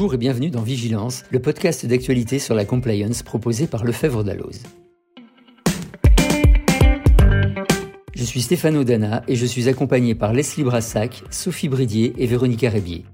Bonjour et bienvenue dans Vigilance, le podcast d'actualité sur la compliance proposé par Lefebvre Dalloz. Je suis Stéphano Dana et je suis accompagné par Leslie Brassac, Sophie Bridier et Véronica Rébier.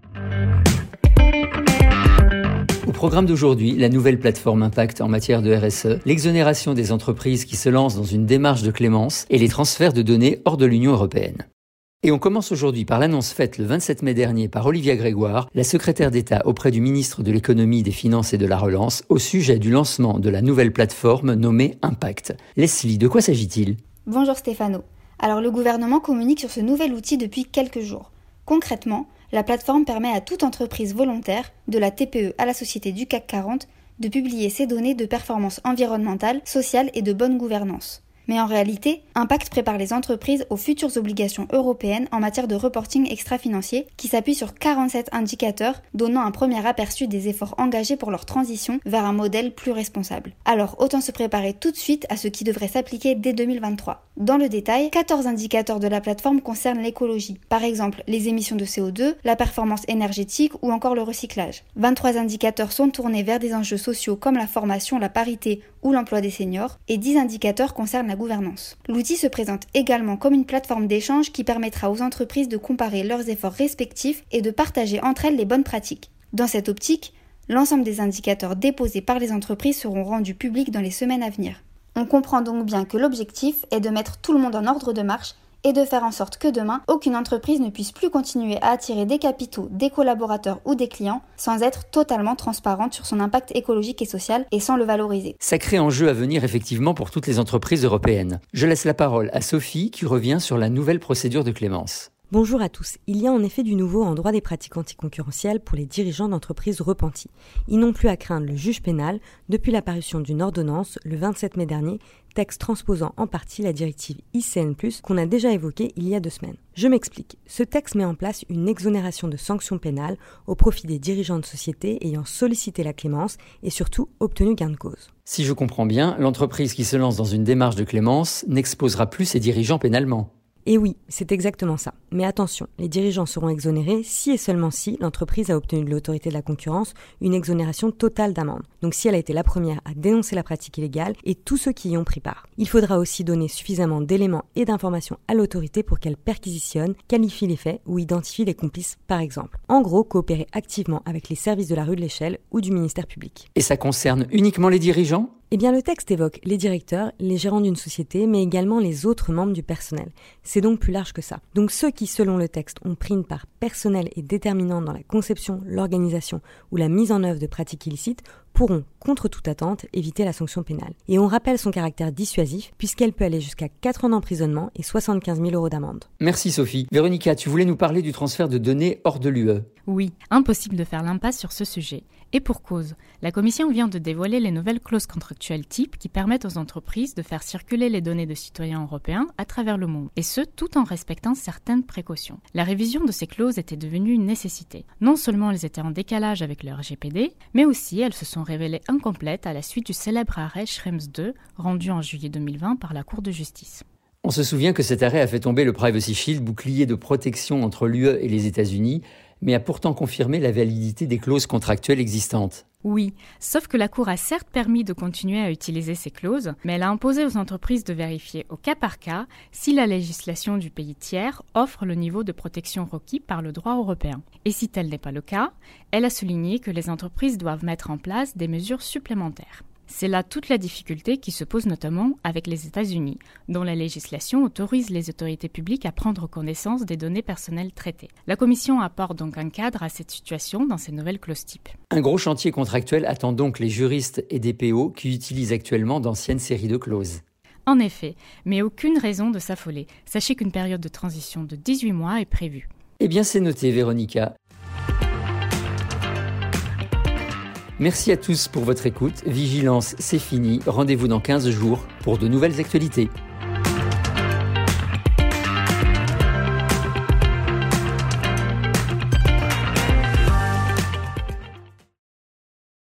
Au programme d'aujourd'hui, la nouvelle plateforme Impact en matière de RSE, l'exonération des entreprises qui se lancent dans une démarche de clémence et les transferts de données hors de l'Union européenne. Et on commence aujourd'hui par l'annonce faite le 27 mai dernier par Olivia Grégoire, la secrétaire d'État auprès du ministre de l'Économie, des Finances et de la Relance, au sujet du lancement de la nouvelle plateforme nommée Impact. Leslie, de quoi s'agit-il ? Bonjour Stéphano. Alors le gouvernement communique sur ce nouvel outil depuis quelques jours. Concrètement, la plateforme permet à toute entreprise volontaire, de la TPE à la société du CAC 40, de publier ses données de performance environnementale, sociale et de bonne gouvernance. Mais en réalité, Impact prépare les entreprises aux futures obligations européennes en matière de reporting extra-financier qui s'appuie sur 47 indicateurs donnant un premier aperçu des efforts engagés pour leur transition vers un modèle plus responsable. Alors autant se préparer tout de suite à ce qui devrait s'appliquer dès 2023. Dans le détail, 14 indicateurs de la plateforme concernent l'écologie. Par exemple, les émissions de CO2, la performance énergétique ou encore le recyclage. 23 indicateurs sont tournés vers des enjeux sociaux comme la formation, la parité ou l'emploi des seniors, et 10 indicateurs concernent la gouvernance. L'outil se présente également comme une plateforme d'échange qui permettra aux entreprises de comparer leurs efforts respectifs et de partager entre elles les bonnes pratiques. Dans cette optique, l'ensemble des indicateurs déposés par les entreprises seront rendus publics dans les semaines à venir. On comprend donc bien que l'objectif est de mettre tout le monde en ordre de marche et de faire en sorte que demain, aucune entreprise ne puisse plus continuer à attirer des capitaux, des collaborateurs ou des clients sans être totalement transparente sur son impact écologique et social et sans le valoriser. Sacré enjeu à venir effectivement pour toutes les entreprises européennes. Je laisse la parole à Sophie qui revient sur la nouvelle procédure de clémence. Bonjour à tous. Il y a en effet du nouveau en droit des pratiques anticoncurrentielles pour les dirigeants d'entreprises repentis. Ils n'ont plus à craindre le juge pénal depuis la parution d'une ordonnance le 27 mai dernier, texte transposant en partie la directive ICN+, qu'on a déjà évoquée il y a 2 semaines. Je m'explique. Ce texte met en place une exonération de sanctions pénales au profit des dirigeants de sociétés ayant sollicité la clémence et surtout obtenu gain de cause. Si je comprends bien, l'entreprise qui se lance dans une démarche de clémence n'exposera plus ses dirigeants pénalement. Et oui, c'est exactement ça. Mais attention, les dirigeants seront exonérés si et seulement si l'entreprise a obtenu de l'autorité de la concurrence une exonération totale d'amende. Donc si elle a été la première à dénoncer la pratique illégale et tous ceux qui y ont pris part. Il faudra aussi donner suffisamment d'éléments et d'informations à l'autorité pour qu'elle perquisitionne, qualifie les faits ou identifie les complices par exemple. En gros, coopérer activement avec les services de la rue de l'Échelle ou du ministère public. Et ça concerne uniquement les dirigeants ? Eh bien, le texte évoque les directeurs, les gérants d'une société, mais également les autres membres du personnel. C'est donc plus large que ça. Donc ceux qui, selon le texte, ont pris une part personnelle et déterminante dans la conception, l'organisation ou la mise en œuvre de pratiques illicites pourront, contre toute attente, éviter la sanction pénale. Et on rappelle son caractère dissuasif, puisqu'elle peut aller jusqu'à 4 ans d'emprisonnement et 75 000 € d'amende. Merci Sophie. Véronica, tu voulais nous parler du transfert de données hors de l'UE. Oui, impossible de faire l'impasse sur ce sujet. Et pour cause, la Commission vient de dévoiler les nouvelles clauses contractuelles types qui permettent aux entreprises de faire circuler les données de citoyens européens à travers le monde, et ce, tout en respectant certaines précautions. La révision de ces clauses était devenue une nécessité. Non seulement elles étaient en décalage avec le RGPD, mais aussi elles se sont révélées incomplètes à la suite du célèbre arrêt Schrems II, rendu en juillet 2020 par la Cour de justice. On se souvient que cet arrêt a fait tomber le Privacy Shield, bouclier de protection entre l'UE et les États-Unis, mais a pourtant confirmé la validité des clauses contractuelles existantes. Oui, sauf que la Cour a certes permis de continuer à utiliser ces clauses, mais elle a imposé aux entreprises de vérifier au cas par cas si la législation du pays tiers offre le niveau de protection requis par le droit européen. Et si tel n'est pas le cas, elle a souligné que les entreprises doivent mettre en place des mesures supplémentaires. C'est là toute la difficulté qui se pose notamment avec les États-Unis, dont la législation autorise les autorités publiques à prendre connaissance des données personnelles traitées. La Commission apporte donc un cadre à cette situation dans ces nouvelles clauses types. Un gros chantier contractuel attend donc les juristes et DPO qui utilisent actuellement d'anciennes séries de clauses. En effet, mais aucune raison de s'affoler. Sachez qu'une période de transition de 18 mois est prévue. Eh bien c'est noté, Véronica. Merci à tous pour votre écoute. Vigilance, c'est fini. Rendez-vous dans 15 jours pour de nouvelles actualités.